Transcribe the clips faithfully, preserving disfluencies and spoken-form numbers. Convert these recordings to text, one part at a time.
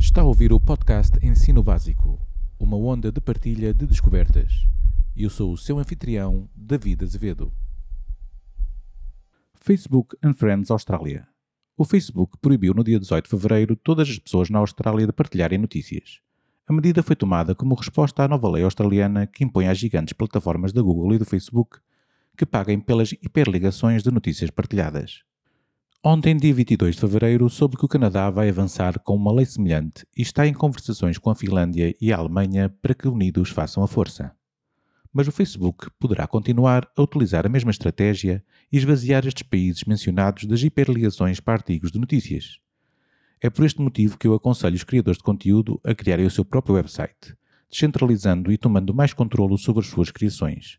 Está a ouvir o podcast Ensino Básico, uma onda de partilha de descobertas. Eu sou o seu anfitrião, David Azevedo. Facebook and Friends Austrália. O Facebook proibiu no dia dezoito de fevereiro todas as pessoas na Austrália de partilharem notícias. A medida foi tomada como resposta à nova lei australiana que impõe às gigantes plataformas da Google e do Facebook que paguem pelas hiperligações de notícias partilhadas. Ontem, dia vinte e dois de fevereiro, soube que o Canadá vai avançar com uma lei semelhante e está em conversações com a Finlândia e a Alemanha para que unidos façam a força. Mas o Facebook poderá continuar a utilizar a mesma estratégia e esvaziar estes países mencionados das hiperligações para artigos de notícias. É por este motivo que eu aconselho os criadores de conteúdo a criarem o seu próprio website, descentralizando e tomando mais controlo sobre as suas criações.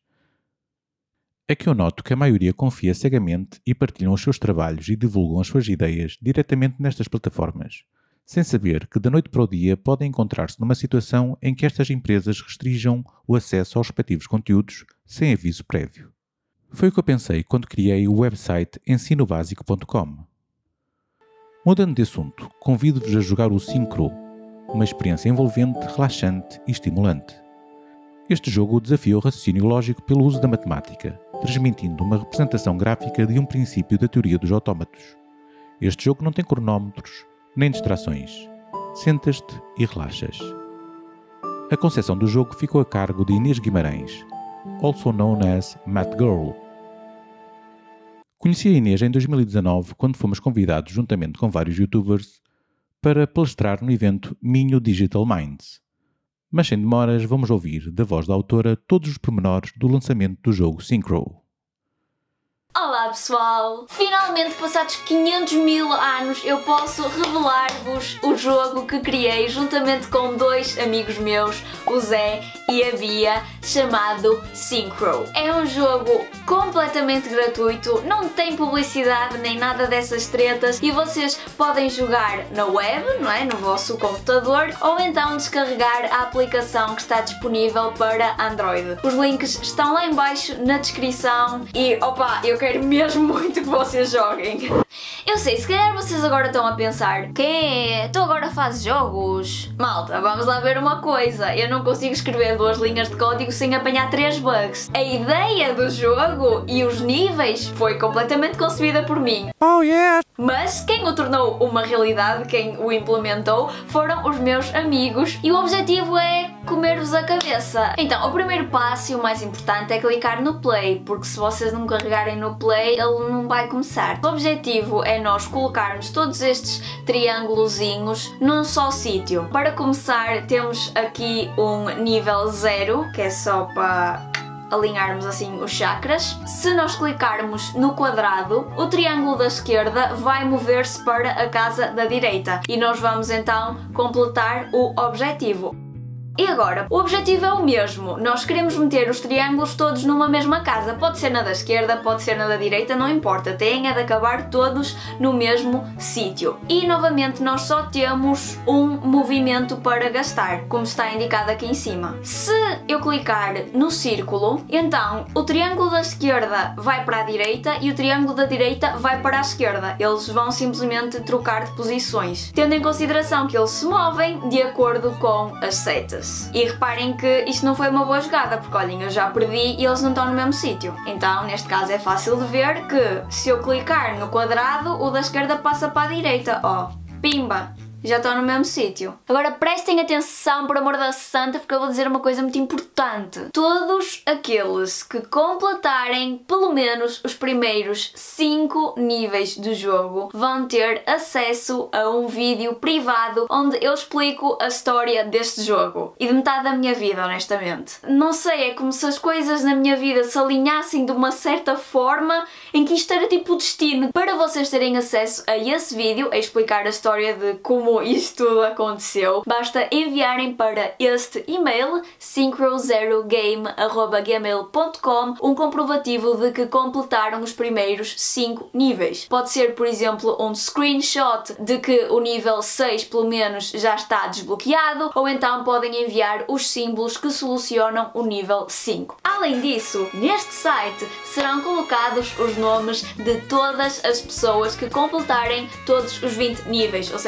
É que eu noto que a maioria confia cegamente e partilham os seus trabalhos e divulgam as suas ideias diretamente nestas plataformas, sem saber que da noite para o dia podem encontrar-se numa situação em que estas empresas restringam o acesso aos respectivos conteúdos sem aviso prévio. Foi o que eu pensei quando criei o website ensino básico ponto com. Mudando de assunto, convido-vos a jogar o Syncro, uma experiência envolvente, relaxante e estimulante. Este jogo desafia o raciocínio lógico pelo uso da matemática, transmitindo uma representação gráfica de um princípio da teoria dos autómatos. Este jogo não tem cronómetros, nem distrações. Sentas-te e relaxas. A concepção do jogo ficou a cargo de Inês Guimarães, also known as Math Girl. Conheci a Inês em dois mil e dezanove, quando fomos convidados, juntamente com vários youtubers, para palestrar no evento Minho Digital Minds. Mas sem demoras, vamos ouvir, da voz da autora, todos os pormenores do lançamento do jogo Syncro. Olá pessoal! Finalmente, passados quinhentos mil anos, eu posso revelar-vos o jogo que criei juntamente com dois amigos meus, o Zé e a Bia, chamado Syncro. É um jogo completamente gratuito, não tem publicidade nem nada dessas tretas e vocês podem jogar na web, não é? No vosso computador, ou então descarregar a aplicação que está disponível para Android. Os links estão lá em baixo na descrição e, opa, eu quero mesmo muito que vocês joguem. Eu sei, se calhar vocês agora estão a pensar: quem é? Tu agora fazes jogos? Malta, vamos lá ver uma coisa. Eu não consigo escrever duas linhas de código sem apanhar três bugs. A ideia do jogo e os níveis foi completamente concebida por mim. Oh yeah! Mas quem o tornou uma realidade, quem o implementou, foram os meus amigos e o objetivo é comer-vos a cabeça. Então, o primeiro passo e o mais importante é clicar no play, porque se vocês não carregarem no play, ele não vai começar. O objetivo é nós colocarmos todos estes triângulozinhos num só sítio. Para começar, temos aqui um nível zero, que é só para alinharmos assim os chakras. Se nós clicarmos no quadrado, o triângulo da esquerda vai mover-se para a casa da direita e nós vamos então completar o objetivo. E agora, o objetivo é o mesmo, nós queremos meter os triângulos todos numa mesma casa, pode ser na da esquerda, pode ser na da direita, não importa, têm é de acabar todos no mesmo sítio. E novamente nós só temos um movimento para gastar, como está indicado aqui em cima. Se eu clicar no círculo, então o triângulo da esquerda vai para a direita e o triângulo da direita vai para a esquerda, eles vão simplesmente trocar de posições, tendo em consideração que eles se movem de acordo com as setas. E reparem que isto não foi uma boa jogada, porque olhem, eu já perdi e eles não estão no mesmo sítio. Então, neste caso é fácil de ver que se eu clicar no quadrado, o da esquerda passa para a direita, ó, pimba! Já estão no mesmo sítio. Agora prestem atenção, por amor da santa, porque eu vou dizer uma coisa muito importante. Todos aqueles que completarem pelo menos os primeiros cinco níveis do jogo vão ter acesso a um vídeo privado onde eu explico a história deste jogo. E de metade da minha vida, honestamente. Não sei, é como se as coisas na minha vida se alinhassem de uma certa forma em que isto era tipo o destino. Para vocês terem acesso a esse vídeo, a explicar a história de como isto tudo aconteceu, basta enviarem para este e-mail syncro zero game arroba gmail ponto com um comprovativo de que completaram os primeiros cinco níveis. Pode ser, por exemplo, um screenshot de que o nível seis pelo menos já está desbloqueado, ou então podem enviar os símbolos que solucionam o nível cinco. Além disso, neste site serão colocados os nomes de todas as pessoas que completarem todos os vinte níveis, ou seja, que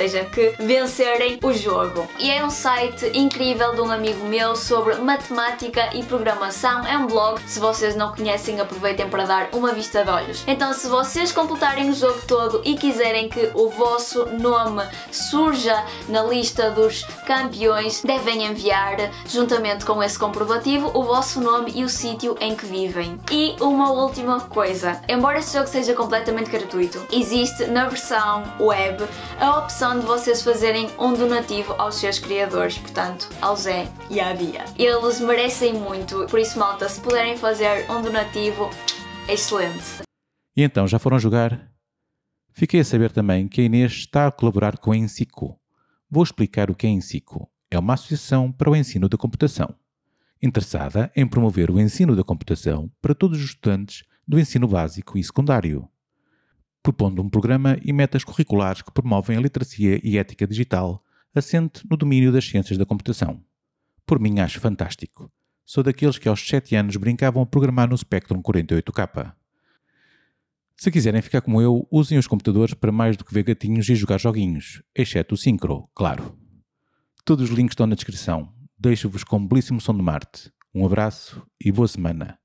que vencerem o jogo. E é um site incrível de um amigo meu sobre matemática e programação. É um blog, se vocês não conhecem, aproveitem para dar uma vista de olhos. Então, se vocês completarem o jogo todo e quiserem que o vosso nome surja na lista dos campeões, devem enviar, juntamente com esse comprovativo, o vosso nome e o sítio em que vivem. E uma última coisa, embora este jogo seja completamente gratuito, existe na versão web a opção de vocês fazerem um donativo aos seus criadores, portanto, ao Zé e à Bia. Eles merecem muito, por isso, malta, se puderem fazer um donativo, excelente. E então, já foram jogar? Fiquei a saber também que a Inês está a colaborar com a Ensico. Vou explicar o que é a Ensico. É uma associação para o ensino da computação, interessada em promover o ensino da computação para todos os estudantes do ensino básico e secundário, propondo um programa e metas curriculares que promovem a literacia e ética digital assente no domínio das ciências da computação. Por mim, acho fantástico. Sou daqueles que aos sete anos brincavam a programar no Spectrum quarenta e oito K. Se quiserem ficar como eu, usem os computadores para mais do que ver gatinhos e jogar joguinhos, exceto o Synchro, claro. Todos os links estão na descrição. Deixo-vos com um belíssimo som de Marte. Um abraço e boa semana.